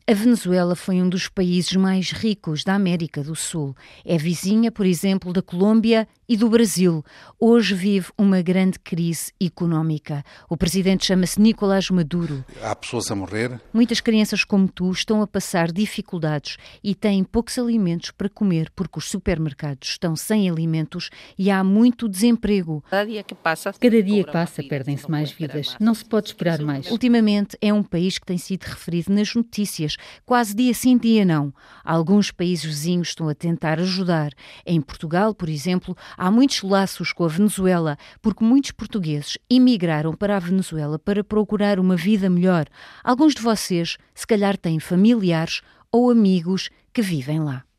A Venezuela foi um dos países mais ricos da América do Sul. É vizinha, por exemplo, da Colômbia e do Brasil. Hoje vive uma grande crise económica. O presidente chama-se Nicolás Maduro. Há pessoas a morrer. Muitas crianças como tu estão a passar dificuldades e têm poucos alimentos para comer porque os supermercados estão sem alimentos e há muito desemprego. Cada dia que passa, perdem-se mais vidas. Não se pode esperar mais. Ultimamente é um país que tem sido referido nas notícias, quase dia sim, dia não. Alguns países vizinhos estão a tentar ajudar. Em Portugal, por exemplo, há muitos laços com a Venezuela, porque muitos portugueses emigraram para a Venezuela para procurar uma vida melhor. Alguns de vocês, se calhar, têm familiares ou amigos que vivem lá.